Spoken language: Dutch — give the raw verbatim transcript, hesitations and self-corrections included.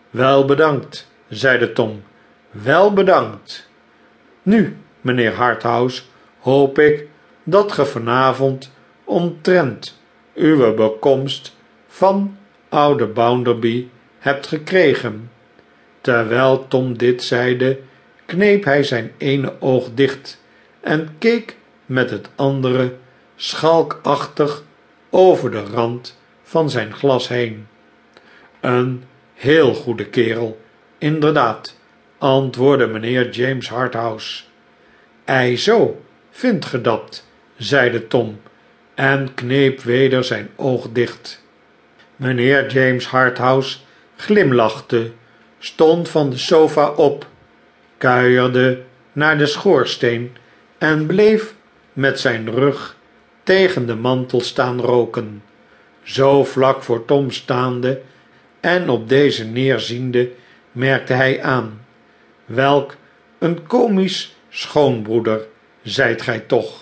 wel bedankt zeide tom, wel bedankt. nu mijnheer harthouse hoop ik dat ge vanavond omtrent uwe bekomst van ouden bounderby hebt gekregen. Terwijl tom dit zeide kneep hij zijn eene oog dicht en keek met het andere schalkachtig over den rand van zijn glas heen. een heel goede kerel inderdaad, antwoordde mijnheer james harthouse. ei zoo vindt ge dat zeide tom en kneep weder zijn oog dicht. mijnheer james harthouse glimlachte, stond van de sofa op, kuierde naar den schoorsteen en bleef met zijn rug tegen den mantel staan rooken, zoo vlak voor tom staande en op dezen neerziende merkte hij aan: welk een comisch schoonbroeder zijt gij toch.